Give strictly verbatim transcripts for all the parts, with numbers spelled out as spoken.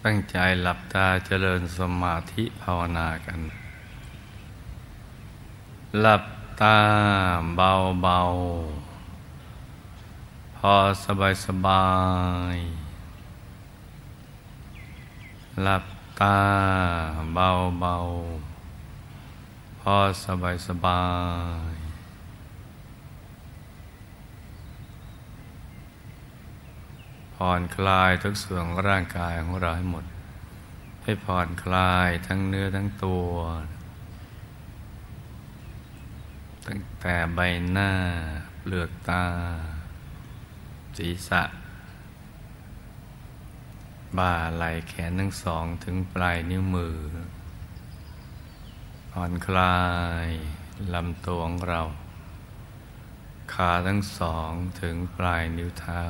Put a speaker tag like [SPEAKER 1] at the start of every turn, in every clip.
[SPEAKER 1] ตั้งใจหลับตาเจริญสมาธิภาวนากันหลับตาเบาๆพอสบายสบายหลับตาเบาๆพอสบายสบายผ่อนคลายทุกส่วนของร่างกายของเราให้หมดให้ผ่อนคลายทั้งเนื้อทั้งตัวตั้งแต่ใบหน้าเปลือกตาศีรษะบ่าไหล่แขนทั้งสองถึงปลายนิ้วมือผ่อนคลายลำตัวของเราขาทั้งสองถึงปลายนิ้วเท้า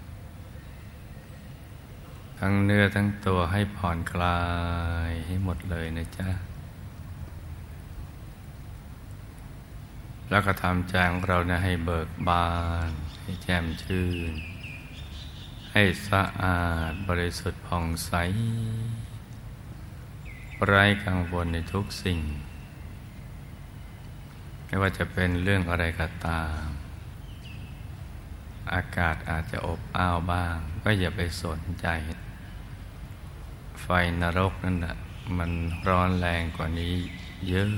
[SPEAKER 1] ทั้งเนื้อทั้งตัวให้ผ่อนคลายให้หมดเลยนะจ๊ะแล้วก็ทำใจของเรานะให้เบิกบานให้แจ่มชื่นให้สะอาดบริสุทธิ์ผ่องใสไร้กังวลในทุกสิ่งไม่ว่าจะเป็นเรื่องอะไรก็ตามอากาศอาจจะอบอ้าวบ้างก็อย่าไปสนใจไฟนรกนั่นน่ะมันร้อนแรงกว่านี้เยอะ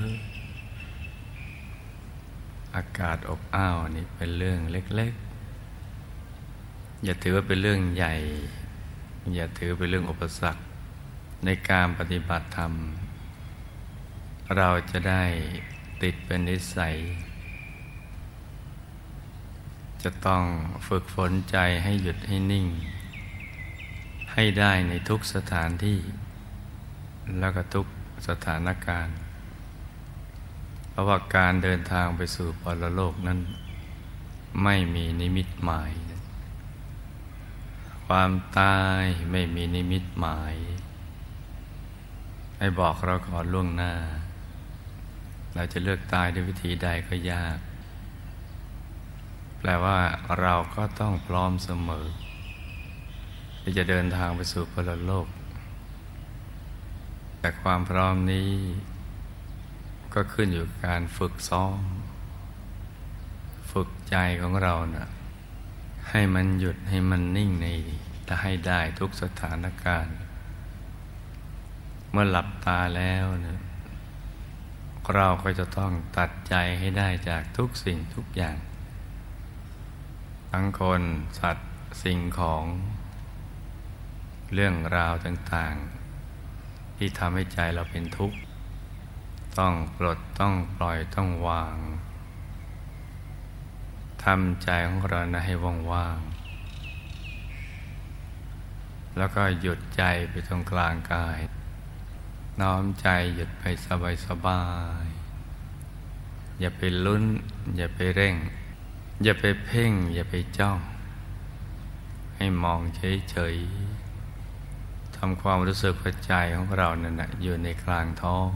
[SPEAKER 1] อากาศอบอ้าวนี่เป็นเรื่องเล็กๆอย่าถือว่าเป็นเรื่องใหญ่อย่าถือเป็นเรื่องอุปสรรคในการปฏิบัติธรรมเราจะได้ติดเป็นนิสัยจะต้องฝึกฝนใจให้หยุดให้นิ่งให้ได้ในทุกสถานที่แล้วก็ทุกสถานการณ์เพราะว่าการเดินทางไปสู่ปรโลกนั้นไม่มีนิมิตหมายความตายไม่มีนิมิตหมายให้บอกเราก่อนล่วงหน้าเราจะเลือกตายด้วยวิธีใดก็ยากแปลว่าเราก็ต้องพร้อมเสมอที่จะเดินทางไปสู่ปรโลกแต่ความพร้อมนี้ก็ขึ้นอยู่กับการฝึกซ้อมฝึกใจของเรานะให้มันหยุดให้มันนิ่งในและให้ได้ทุกสถานการณ์เมื่อหลับตาแล้วนะเราก็จะต้องตัดใจให้ได้จากทุกสิ่งทุกอย่างทั้งคนสัตว์สิ่งของเรื่องราวต่างๆที่ทำให้ใจเราเป็นทุกข์ต้องปลดต้องปล่อยต้องวางทำใจของเรานะให้ว่างๆแล้วก็หยุดใจไปตรงกลางกายน้อมใจหยุดไปสบายๆอย่าไปลุ้นอย่าไปเร่งอย่าไปเพ่งอย่าไปจ้องให้มองเฉยๆทำความรู้สึกว่าใจของเรานั่นนะอยู่ในกลางท้อง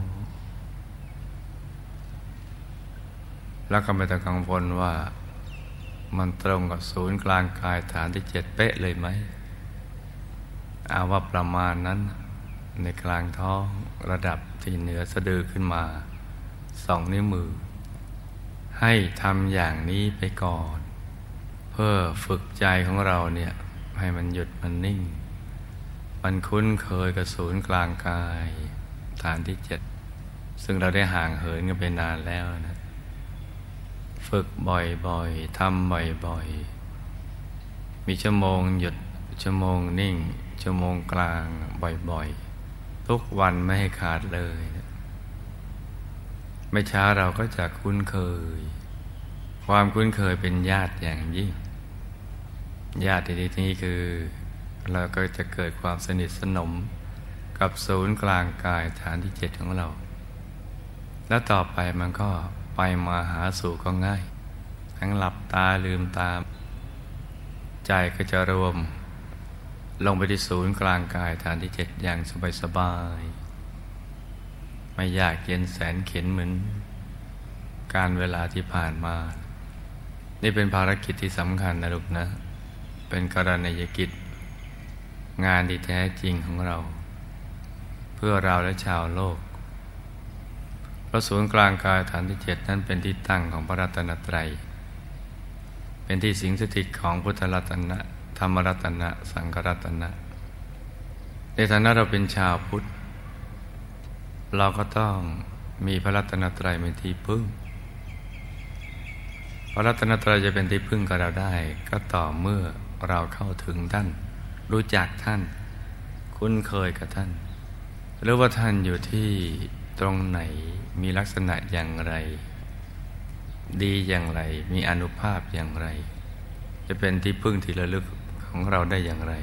[SPEAKER 1] แล้วก็ไม่ต้องกังวลว่ามันตรงกับศูนย์กลางกายฐานที่เจ็ดเป๊ะเลยไหมเอาว่าประมาณนั้นในกลางท้องระดับที่เหนือสะดือขึ้นมาสองนิ้วมือให้ทำอย่างนี้ไปก่อนเพื่อฝึกใจของเราเนี่ยให้มันหยุดมันนิ่งมันคุ้นเคยกับศูนย์กลางกายฐานที่เจ็ดซึ่งเราได้ห่างเหินกันไปนานแล้วนะฝึกบ่อยๆทำบ่อยๆมีชั่วโมงหยุดชั่วโมงนิ่งชั่วโมงกลางบ่อยๆทุกวันไม่ให้ขาดเลยไม่ช้าเราก็จะคุ้นเคยความคุ้นเคยเป็นญาติอย่างยิ่งญาติที่นี้คือเราก็จะเกิดความสนิทสนมกับศูนย์กลางกายฐานที่เจ็ดของเราแล้วต่อไปมันก็ไปมาหาสู่ก็ง่ายทั้งหลับตาลืมตาใจก็จะรวมลงไปที่ศูนย์กลางกายฐานที่เจ็ดอย่างสบายๆไม่ยากเย็นแสนเข็ญเหมือนการเวลาที่ผ่านมานี่เป็นภารกิจที่สำคัญนะลูกนะเป็นกรณียกิจงานที่แท้จริงของเราพื่อเราและชาวโลกเพราะศูนย์กลางกายฐานที่เจ็ดนั้นเป็นที่ตั้งของพระรัตนตรัยเป็นที่สิงสถิตของพุทธรัตนะธรรมรัตนะสังฆรัตนะในฐานะเราเป็นชาวพุทธเราก็ต้องมีพระรัตนตรัยเป็นที่พึ่งพระรัตนตรัยจะเป็นที่พึ่งกับเราได้ก็ต่อเมื่อเราเข้าถึงท่านรู้จักท่านคุ้นเคยกับท่านหรือว่าท่านอยู่ที่ตรงไหนมีลักษณะอย่างไรดีอย่างไรมีอานุภาพอย่างไรจะเป็นที่พึ่งที่ระลึกของเราได้อย่างไร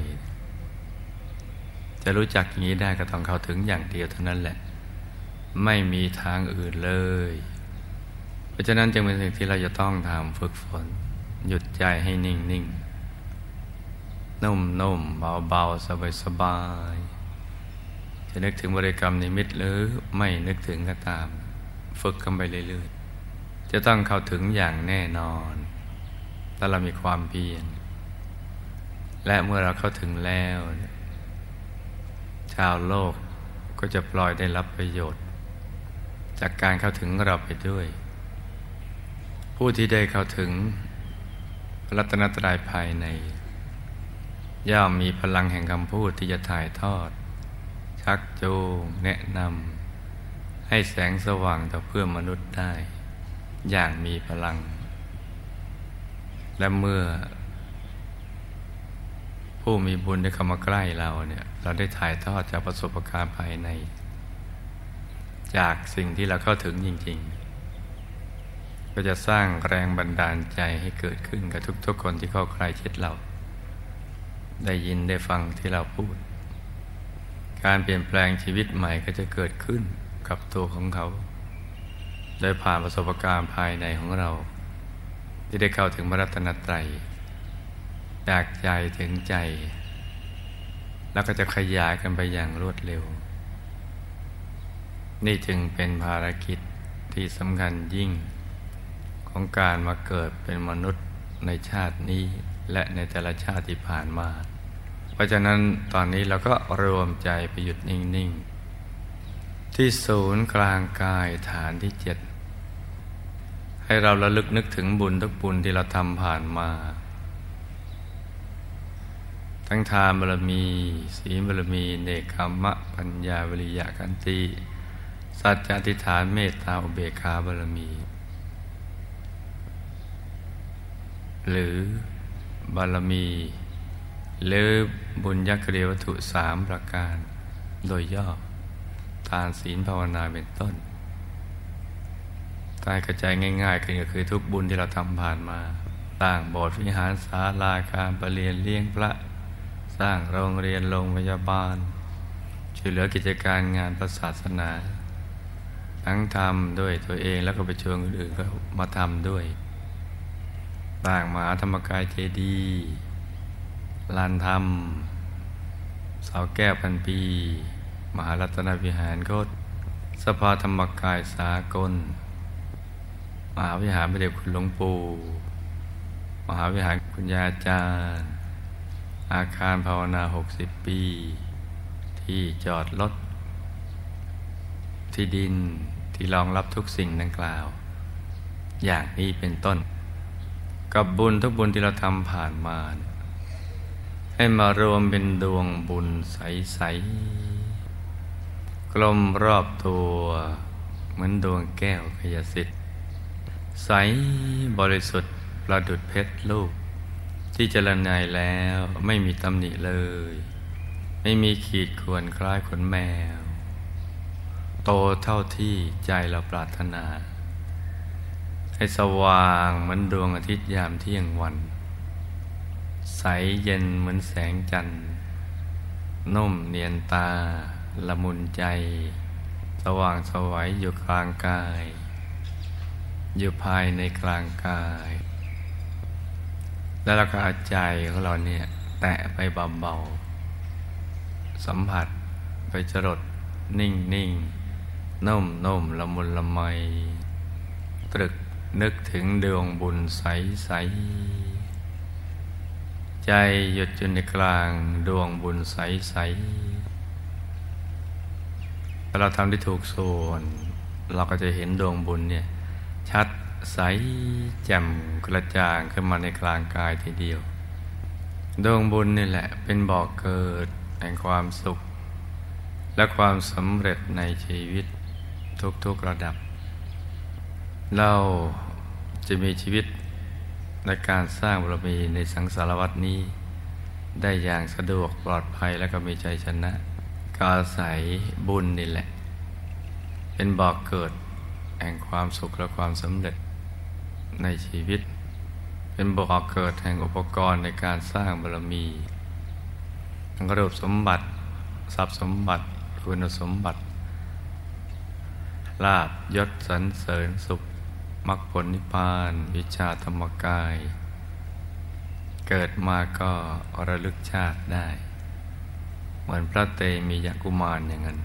[SPEAKER 1] จะรู้จักอย่างนี้ได้ก็ต้องเข้าถึงอย่างเดียวเท่านั้นแหละไม่มีทางอื่นเลยเพราะฉะนั้นจึงเป็นสิ่งที่เราจะต้องทำฝึกฝนหยุดใจให้นิ่งนิ่งนุ่มนุ่มเบาเบาสบายสบายจะนึกถึงบริกรรมนิมิตหรือไม่นึกถึงก็ตามฝึกกันไปเรื่อยๆจะต้องเข้าถึงอย่างแน่นอนถ้าเรามีความเพียรและเมื่อเราเข้าถึงแล้วชาวโลกก็จะปล่อยได้รับประโยชน์จากการเข้าถึงเราไปด้วยผู้ที่ได้เข้าถึงพระรัตนตรัยภายในย่อมมีพลังแห่งคำพูดที่จะถ่ายทอดชักจูงแนะนำให้แสงสว่างต่อเพื่อนมนุษย์ได้อย่างมีพลังและเมื่อผู้มีบุญได้เข้ามาใกล้เราเนี่ยเราได้ถ่ายทอดจากประสบการณ์ภายในจากสิ่งที่เราเข้าถึงจริงๆก็จะสร้างแรงบันดาลใจให้เกิดขึ้นกับทุกๆคนที่เข้าใกล้ชิดเราได้ยินได้ฟังที่เราพูดการเปลี่ยนแปลงชีวิตใหม่ก็จะเกิดขึ้นกับตัวของเขาโดยผ่านประสบการณ์ภายในของเราที่ได้เข้าถึงพระรัตนตรัยจากใจถึงใจแล้วก็จะขยายกันไปอย่างรวดเร็วนี่จึงเป็นภารกิจที่สำคัญยิ่งของการมาเกิดเป็นมนุษย์ในชาตินี้และในแต่ละชาติที่ผ่านมาเพราะฉะนั้นตอนนี้เราก็รวมใจไปหยุดนิ่งๆที่ศูนย์กลางกายฐานที่เจ็ดให้เราระลึกนึกถึงบุญทุกบุญที่เราทำผ่านมาทั้งทานบารมีศีลบารมีเนกขัมมะปัญญาวิริยะขันติสัจจะอธิษฐานเมตตาอุเบกขาบารมีหรือบารมีหรือบุญยักษ์เรียวัตถุสามประการโดยย่อทานศีลภาวนาเป็นต้นกายกระจายง่ายๆกันก็คือทุกบุญที่เราทำผ่านมาสร้างโบสถ์วิหารศาลาการประเรียนเลี้ยงพระสร้างโรงเรียนโรงพยาบาลช่วยเหลือกิจการงานพระศาสนาทั้งทำด้วยตัวเองแล้วก็ไปชวนคนอื่นก็มาทำด้วยสร้างมหาธรรมกายเจดีย์ลานธรรมเสาแก้วพันปีมหารัตนวิหารโคตรสภาธรรมกายสากลมหาวิหารพระเดชคุณหลวงปู่มหาวิหารคุณยาอาจารย์อาคารภาวนาหกสิบปีที่จอดรถที่ดินที่รองรับทุกสิ่งดังกล่าวอย่างนี้เป็นต้นกับบุญทุกบุญที่เราทำผ่านมาให้มารวมเป็นดวงบุญใสๆกลมรอบตัวเหมือนดวงแก้วกายสิทธิ์ใสบริสุทธิ์ประดุจเพชรลูกที่เจริญในแล้วไม่มีตำหนิเลยไม่มีขีดข่วนคล้ายขนแมวโตเท่าที่ใจเราปรารถนาให้สว่างเหมือนดวงอาทิตย์ยามเที่ยงวันใสเย็นเหมือนแสงจันทร์นุ่มเนียนตาละมุนใจสว่างไสวอยู่กลางกายอยู่ภายในกลางกายแล้วเราก็เอาใจของเราเนี่ยแตะไปเบาๆสัมผัสไปจรดนิ่งนิ่งนุ่มนุ่มละมุนละไมตรึกนึกถึงดวงบุญใสใสใจหยุดอยู่ในกลางดวงบุญใสใสถ้าเราทำได้ถูกส่วนเราก็จะเห็นดวงบุญเนี่ยชัดใสแจ่มกระจ่างขึ้นมาในกลางกายทีเดียวดวงบุญนี่แหละเป็นบ่อกเกิดแห่งความสุขและความสำเร็จในชีวิตทุกๆระดับเราจะมีชีวิตในการสร้างบารมีในสังสารวัฏนี้ได้อย่างสะดวกปลอดภัยและก็มีใจชนะก็อาศัยบุญนี่แหละเป็นบ่อกเกิดแห่งความสุขและความสำเร็จในชีวิตเป็นบ่อกเกิดแห่งอุปกรณ์ในการสร้างบารมีทั้งรูปสมบัติทรัพย์สมบัติคุณสมบัติลาภยศสรรเสริญสุขมรรคผลนิพพานวิชาธรรมกายเกิดมาก็ระลึกชาติได้เหมือนพระเตมียกุมารอย่างนั้น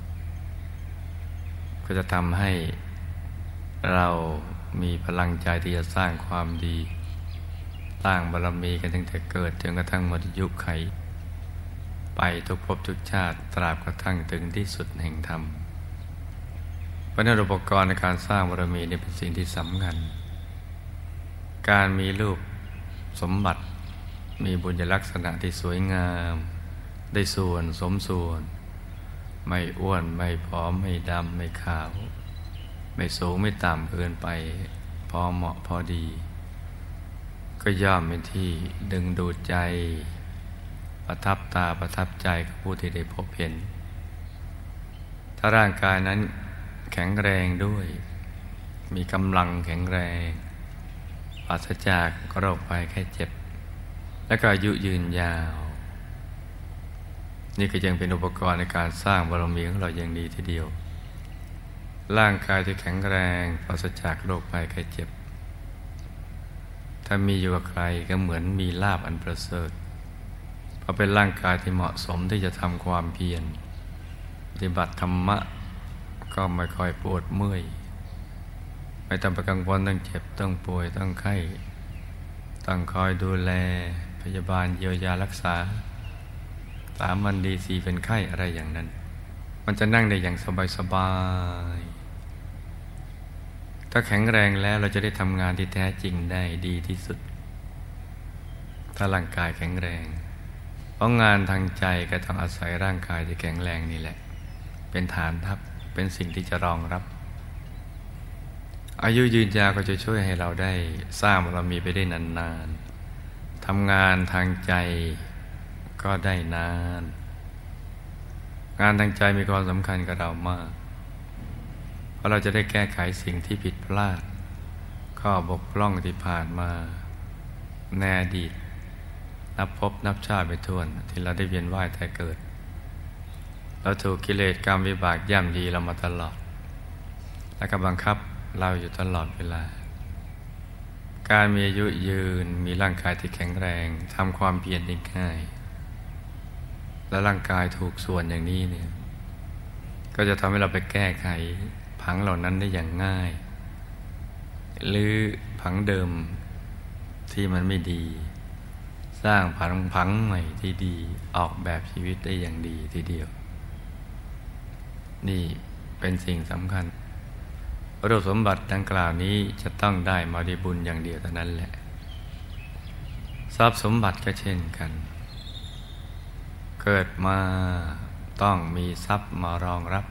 [SPEAKER 1] ก็จะทำให้เรามีพลังใจที่จะสร้างความดีสร้างบารมีกันตั้งแต่เกิดจนกระทั่งหมดอายุไขไปทุกภพทุกชาติตราบกระทั่งถึงที่สุดแห่งธรรมเพราะนั้นอุปกรณ์ในการสร้างบารมีนี่เป็นสิ่งที่สำคัญการมีรูปสมบัติมีบุญลักษณะที่สวยงามได้ส่วนสมส่วนไม่อ้วนไม่ผอมไม่ดำไม่ขาวไม่สูงไม่ต่ำเกินไปพอเหมาะพอดีก็ย่อมเป็นที่ดึงดูดใจประทับตาประทับใจของผู้ที่ได้พบเห็นถ้าร่างกายนั้นแข็งแรงด้วยมีกำลังแข็งแรงปราศจากโรคภัยแค่เจ็บและก็อายุยืนยาวนี่ก็ยังเป็นอุปกรณ์ในการสร้างบารมีของเราอย่างดีทีเดียวร่างกายที่แข็งแรงปราศจากโรคภัยแค่เจ็บถ้ามีอยู่กับใครก็เหมือนมีลาภอันประเสริฐเพราะเป็นร่างกายที่เหมาะสมที่จะทำความเพียรปฏิบัติธรรมะก็ไม่ค่อยปวดเมื่อยไม่ต้องไปกังวลต้องเจ็บต้องป่วยต้องไข้ต้องคอยดูแลพยาบาลเยียวยารักษาสามวันดีสี่เป็นไข้อะไรอย่างนั้นมันจะนั่งได้อย่างสบายๆถ้าแข็งแรงแล้วเราจะได้ทำงานที่แท้จริงได้ดีที่สุดถ้าร่างกายแข็งแรงเพราะงานทางใจก็ต้องอาศัยร่างกายที่แข็งแรงนี่แหละเป็นฐานทัพเป็นสิ่งที่จะรองรับอายุยืนยาวก็จะช่วยให้เราได้สร้างบารมีไปได้นานๆทำงานทางใจก็ได้นานงานทางใจมีความสำคัญกับเรามากเพราะเราจะได้แก้ไขสิ่งที่ผิดพลาดข้อบกพร่องที่ผ่านมาในอดีตนับพบนับชาติไปทั่วที่เราได้เวียนว่ายแต่เกิดเราถูกกิเลสกรรมวิบากย่ำยีเรามาตลอดและก็บังคับเราอยู่ตลอดเวลาการมีอายุยืนมีร่างกายที่แข็งแรงทำความเพียรได้ง่ายและร่างกายถูกส่วนอย่างนี้เนี่ยก็จะทำให้เราไปแก้ไขผังเหล่านั้นได้อย่างง่ายหรือผังเดิมที่มันไม่ดีสร้างผังผังใหม่ที่ดีออกแบบชีวิตได้อย่างดีทีเดียวนี่เป็นสิ่งสำคัญรูปสมบัติดังกล่าวนี้จะต้องได้มาด้วยบุญอย่างเดียวเท่านั้นแหละทรัพย์สมบัติก็เช่นกันเกิดมาต้องมีทรัพย์มารองรับ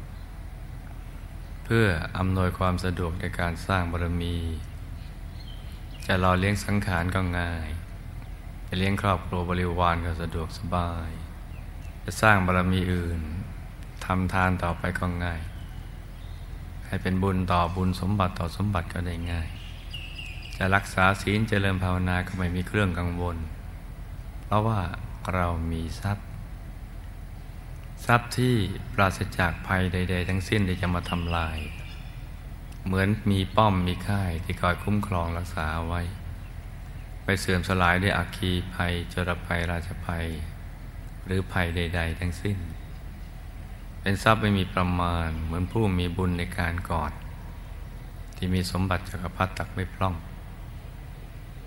[SPEAKER 1] เพื่ออำนวยความสะดวกในการสร้างบารมีจะรอเลี้ยงสังขารก็ง่ายจะเลี้ยงครอบครัวบริวารก็สะดวกสบายจะสร้างบารมีอื่นทำทานต่อไปก็ง่ายให้เป็นบุญต่อบุญสมบัติต่อสมบัติก็ได้ง่ายจะรักษาศีลเจริญภาวนาก็ไม่มีเครื่องกังวลเพราะว่าเรามีทรัพย์ทรัพย์ที่ปราศจากภัยใดๆทั้งสิ้นที่จะมาทำลายเหมือนมีป้อมมีค่ายที่คอยคุ้มครองรักษาไว้ไปเสื่อมสลายด้วยอัคคีภัยจรภัยราชภัยหรือภัยใดๆทั้งสิ้นเป็นทรัพย์ไม่มีประมาณเหมือนผู้มีบุญในการกอดที่มีสมบัติจักรพรรดิตักไม่พร่อง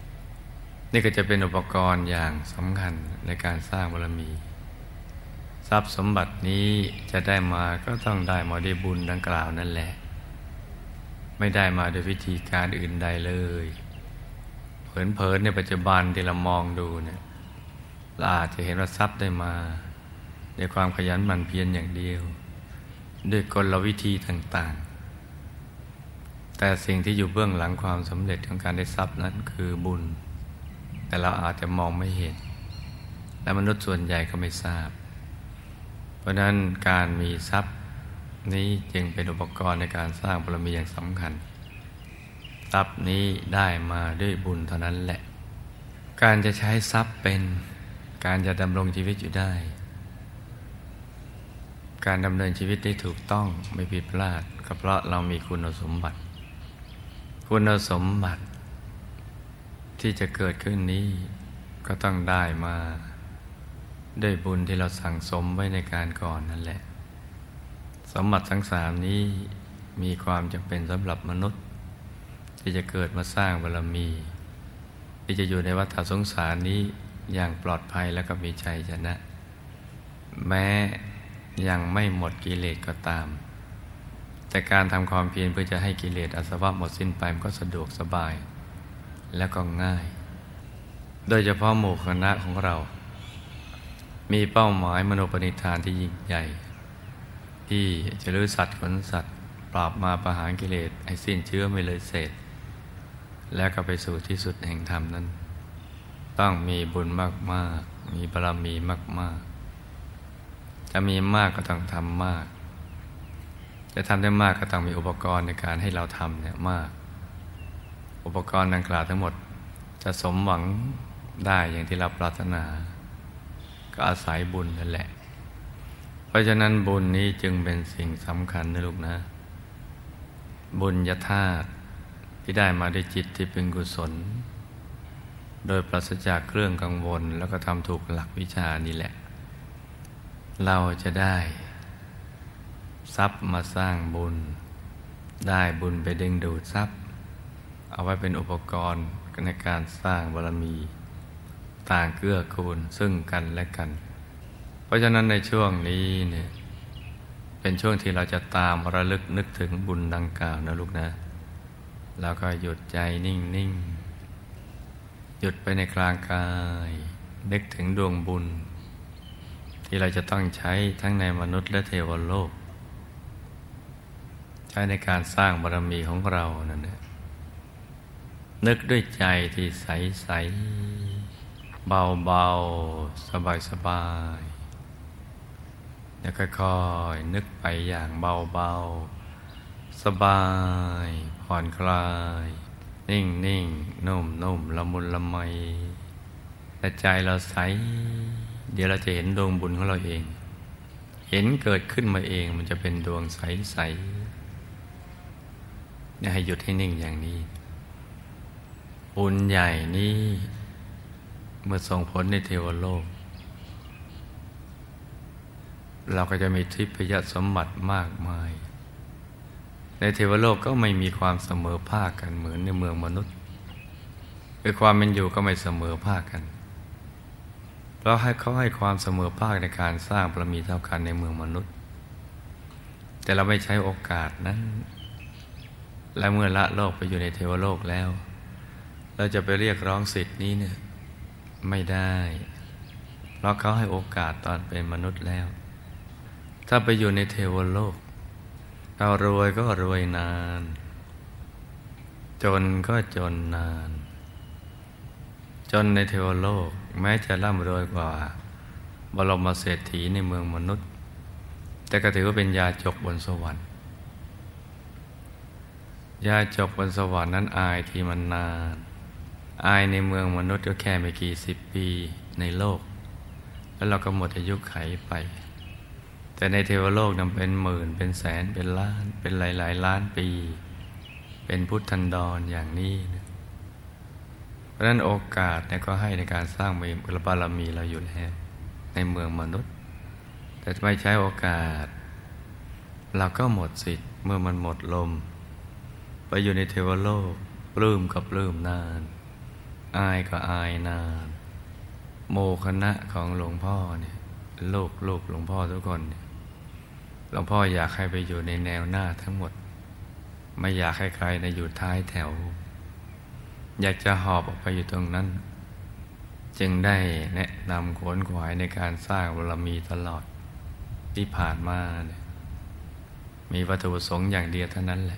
[SPEAKER 1] นี่ก็จะเป็นอุปกรณ์อย่างสำคัญในการสร้างบารมีสทรัพย์สมบัตินี้จะได้มาก็ต้องได้มาด้วยบุญดังกล่าวนั่นแหละไม่ได้มาโดยวิธีการอื่นใดเลยเผลอๆในปัจจุบันที่เรามองดูเนี่ยเราอาจจะเห็นว่าทรัพย์ได้มาด้วยความขยันหมั่นเพียรอย่างเดียวด้วยกลวิธีต่างๆแต่สิ่งที่อยู่เบื้องหลังความสำเร็จของการได้ทรัพย์นั้นคือบุญแต่เราอาจจะมองไม่เห็นและมนุษย์ส่วนใหญ่ก็ไม่ทราบเพราะนั้นการมีทรัพย์นี้จึงเป็นอุปกรณ์ในการสร้างบารมีอย่างสำคัญทรัพย์นี้ได้มาด้วยบุญเท่านั้นแหละการจะใช้ทรัพย์เป็นการจะดำรงชีวิตอยู่ได้การดำเนินชีวิตได้ถูกต้องไม่ผิดพลาดก็เพราะเรามีคุณสมบัติคุณสมบัติที่จะเกิดขึ้นนี้ก็ต้องได้มาด้วยบุญที่เราสั่งสมไว้ในการก่อนนั่นแหละสมบัติทั้งสามนี้มีความจำเป็นสำหรับมนุษย์ที่จะเกิดมาสร้างบารมีที่จะอยู่ในวัฏสงสารนี้อย่างปลอดภัยและก็มีชัยชนะแม้ยังไม่หมดกิเลสก็ตามแต่การทำความเพียรเพื่อจะให้กิเลสอาสวะหมดสิ้นไปมันก็สะดวกสบายและก็ง่ายโดยเฉพาะหมู่คณะของเรามีเป้าหมายมโนปณิธานที่ยิ่งใหญ่ที่จะลื้อสัตว์ขนสัตว์ปราบมาประหารกิเลสให้สิ้นเชื้อไม่เหลือเศษแล้วก็ไปสู่ที่สุดแห่งธรรมนั้นต้องมีบุญมากๆมีบารมีมากๆจะมีมากก็ต้องทำมากจะทำได้มากก็ต้องมีอุปกรณ์ในการให้เราทำเนี่ยมากอุปกรณ์ดังกล่าวทั้งหมดจะสมหวังได้อย่างที่เราปรารถนาก็อาศัยบุญนั่นแหละเพราะฉะนั้นบุญนี้จึงเป็นสิ่งสำคัญนะลูกนะบุญญาธาตุที่ได้มาด้วยจิตที่เป็นกุศลโดยปราศจากเครื่องกังวลแล้วก็ทำถูกหลักวิชานี่แหละเราจะได้ทรัพย์มาสร้างบุญได้บุญไปดึงดูดทรัพย์เอาไว้เป็นอุปกรณ์ในการสร้างบารมีต่างเกื้อกูลซึ่งกันและกันเพราะฉะนั้นในช่วงนี้เนี่ยเป็นช่วงที่เราจะตามระลึกนึกถึงบุญดังกล่าวนะลูกนะแล้วก็หยุดใจนิ่งๆหยุดไปในกลางกายนึกถึงดวงบุญที่เราจะต้องใช้ทั้งในมนุษย์และเทวโลกใช้ในการสร้างบารมีของเรานั่นแหละนึกด้วยใจที่ใสๆเบาๆสบายๆแล้วค่อยๆนึกไปอย่างเบาๆสบายผ่อนคลายนิ่งๆนุ่มๆละมุนละไมแต่ใจเราใสเดี๋ยวเราจะเห็นดวงบุญของเราเองเห็นเกิดขึ้นมาเองมันจะเป็นดวงใสๆเนี่ยให้หยุดให้นิ่งอย่างนี้บุญใหญ่นี้เมื่อส่งผลในเทวโลกเราก็จะมีทิพยสมบัติมากมายในเทวโลกก็ไม่มีความเสมอภาคกันเหมือนในเมืองมนุษย์คือความเป็นอยู่ก็ไม่เสมอภาคกันเพราะให้เขาให้ความเสมอภาคในการสร้างบารมีเท่ากันในเมืองมนุษย์แต่เราไม่ใช้โอกาสนั้นและเมื่อละโลกไปอยู่ในเทวโลกแล้วเราจะไปเรียกร้องสิทธินี้เนี่ยไม่ได้เพราะเขาให้โอกาสตอนเป็นมนุษย์แล้วถ้าไปอยู่ในเทวโลกเรารวยก็รวยนานจนก็จนนานจนในเทวโลกแม้จะร่ำรวยกว่าบรมเศรษฐีในเมืองมนุษย์แต่ก็ถือว่าเป็นยาจกบนสวรรค์ยาจกบนสวรรค์นั้นอายที่มันนานอายในเมืองมนุษย์ก็แค่ไม่กี่สิบปีในโลกแล้วเราก็หมดอายุไขไปแต่ในเทวโลกนั้นเป็นหมื่นเป็นแสนเป็นล้านเป็นหลายๆล้านปีเป็นพุทธันดรอย่างนี้นะเพราะฉะนั้นโอกาสเนี่ยก็ให้ในการสร้างบารมีเราอยู่แล้วในเมืองมนุษย์แต่ไม่ใช้โอกาสเราก็หมดสิทธิ์เมื่อมันหมดลมไปอยู่ในเทวโลกปลื้มก็ปลื้มนานอายก็อายนานโมคณะของหลวงพ่อเนี่ยลูกลูกหลวงพ่อทุกคนเนี่ยหลวงพ่ออยากให้ไปอยู่ในแนวหน้าทั้งหมดไม่อยากให้ใครนะอยู่ท้ายแถวอยากจะหอบออกไปอยู่ตรงนั้นจึงได้แนะนำขวนขวายในการสร้างบารมีตลอดที่ผ่านมาเนี่ยมีวัตถุประสงค์อย่างเดียวเท่านั้นแหละ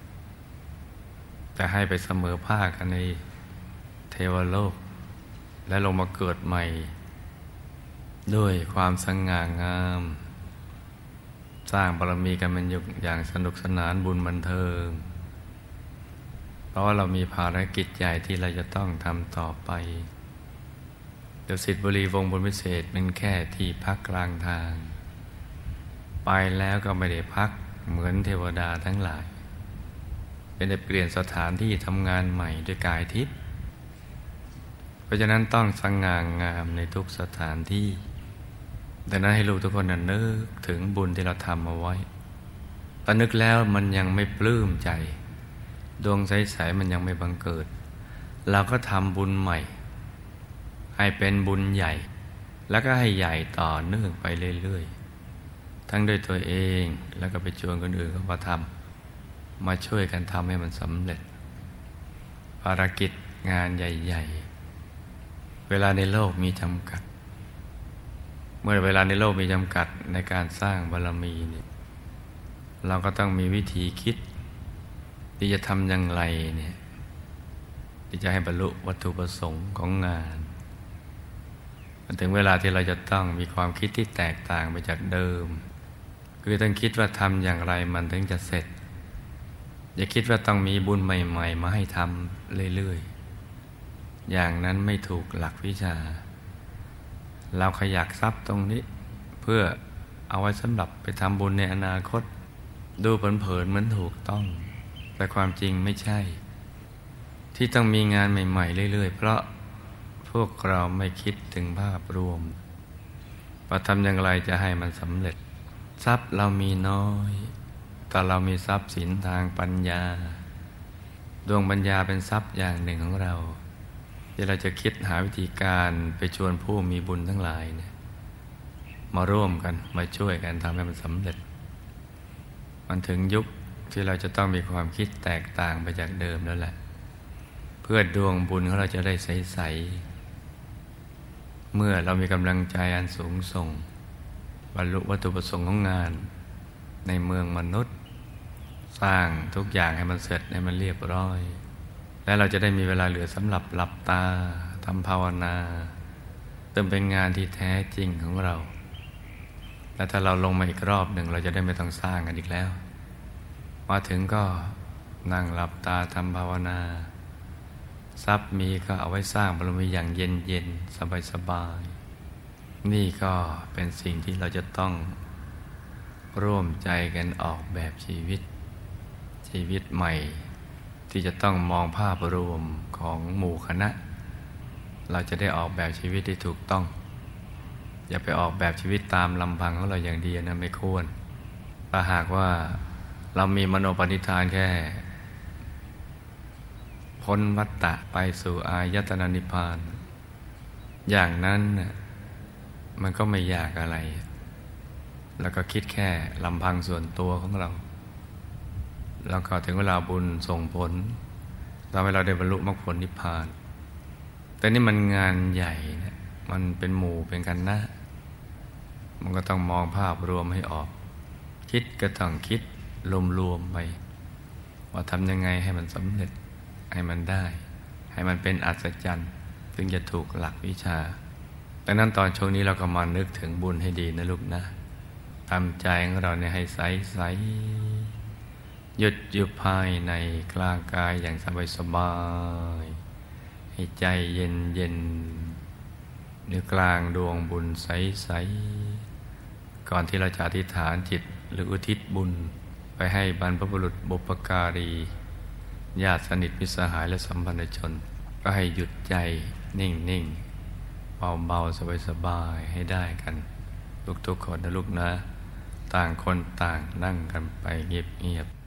[SPEAKER 1] จะให้ไปเสมอภาคกันในเทวโลกและลงมาเกิดใหม่ด้วยความสง่างามสร้างบารมีกันมันอย่างสนุกสนานบุญบันเทิงเพราะว่าเรามีภารกิจใหญ่ที่เราจะต้องทำต่อไปเดี๋ยวสิทธิบุรีวงศ์บุญวิเศษเป็นแค่ที่พักกลางทางไปแล้วก็ไม่ได้พักเหมือนเทวดาทั้งหลายเป็นได้เปลี่ยนสถานที่ทำงานใหม่ด้วยกายทิพย์เพราะฉะนั้นต้องสง่างามในทุกสถานที่ดังนั้นให้ลูกทุกคนนั้นนึกถึงบุญที่เราทำเอาไว้ตอนนึกแล้วมันยังไม่ปลื้มใจดวงใสๆมันยังไม่บังเกิดเราก็ทำบุญใหม่ให้เป็นบุญใหญ่แล้วก็ให้ใหญ่ต่อเนื่องไปเรื่อยๆทั้งด้วยตัวเองแล้วก็ไปชวนคนอื่นเข้ามาทำมาช่วยกันทำให้มันสำเร็จภารกิจงานใหญ่ๆเวลาในโลกมีจำกัดเมื่อเวลาในโลกมีจำกัดในการสร้างบารมีเนี่ยเราก็ต้องมีวิธีคิดที่จะทำอย่างไรเนี่ยที่จะให้บรรลุวัตถุประสงค์ของงานมันถึงเวลาที่เราจะต้องมีความคิดที่แตกต่างไปจากเดิมคือต้องคิดว่าทำอย่างไรมันถึงจะเสร็จอย่าคิดว่าต้องมีบุญใหม่ๆมาให้ทำเรื่อยๆอย่างนั้นไม่ถูกหลักวิชาเราขยักทรัพย์ตรงนี้เพื่อเอาไว้สำหรับไปทำบุญในอนาคตดูเผินๆเหมือนถูกต้องแต่ความจริงไม่ใช่ที่ต้องมีงานใหม่ๆเรื่อยๆเพราะพวกเราไม่คิดถึงภาพรวมว่าทำอย่างไรจะให้มันสำเร็จทรัพย์เรามีน้อยแต่เรามีทรัพย์สินทางปัญญาดวงปัญญาเป็นทรัพย์อย่างหนึ่งของเราที่เราจะคิดหาวิธีการไปชวนผู้มีบุญทั้งหลายเนี่ยมาร่วมกันมาช่วยกันทำให้มันสำเร็จมันถึงยุคที่เราจะต้องมีความคิดแตกต่างไปจากเดิมแล้วแหละเพื่อดวงบุญของเราจะได้ใสๆเมื่อเรามีกำลังใจอันสูงส่งบรรลุวัตถุประสงค์ของงานในเมืองมนุษย์สร้างทุกอย่างให้มันเสร็จให้มันเรียบร้อยและเราจะได้มีเวลาเหลือสำหรับหลับตาทำภาวนาเติมเป็นงานที่แท้จริงของเราและถ้าเราลงมาอีกรอบหนึ่งเราจะได้ไม่ต้องสร้างกันอีกแล้วมาถึงก็นั่งหลับตาทำภาวนาทรัพย์มีก็เอาไว้สร้างบารมีอย่างเย็นๆสบายๆนี่ก็เป็นสิ่งที่เราจะต้องร่วมใจกันออกแบบชีวิตชีวิตใหม่ที่จะต้องมองภาพรวมของหมู่คณะเราจะได้ออกแบบชีวิตที่ถูกต้องอย่าไปออกแบบชีวิตตามลำพังของเราอย่างเดียวนะไม่ควรถ้าหากว่าเรามีมโนปณิธานแค่พ้นวัฏฏะไปสู่อายตนะนิพพานอย่างนั้นน่ะมันก็ไม่ยากอะไรแล้วก็คิดแค่ลำพังส่วนตัวของเราแล้วก็ถึงเวลาบุญส่งผลทำให้เราได้บรรลุมรรคผลนิพพานแต่นี่มันงานใหญ่นะมันเป็นหมู่เป็นคณะมันก็ต้องมองภาพรวมให้ออกคิดก็ต้องคิดรวมๆไปว่าทำยังไงให้มันสำเร็จให้มันได้ให้มันเป็นอัศจรรย์ถึงจะถูกหลักวิชาดังนั้นตอนช่วงนี้เราก็มานึกถึงบุญให้ดีนะลูกนะทำใจของเราเนี่ยให้ใสๆหยุดอยู่ภายในกลางกายอย่างสบายๆให้ใจเย็นๆอยู่กลางดวงบุญใสๆก่อนที่เราจะอธิษฐานจิตหรืออุทิศบุญไปให้บรรพบุรุษบุพการีญาติสนิทมิตรสหายและสัมพันธชนก็ให้หยุดใจนิ่งๆเบาๆสบายๆให้ได้กันทุกๆคนนะลูกนะต่างคนต่างนั่งกันไปเงียบๆ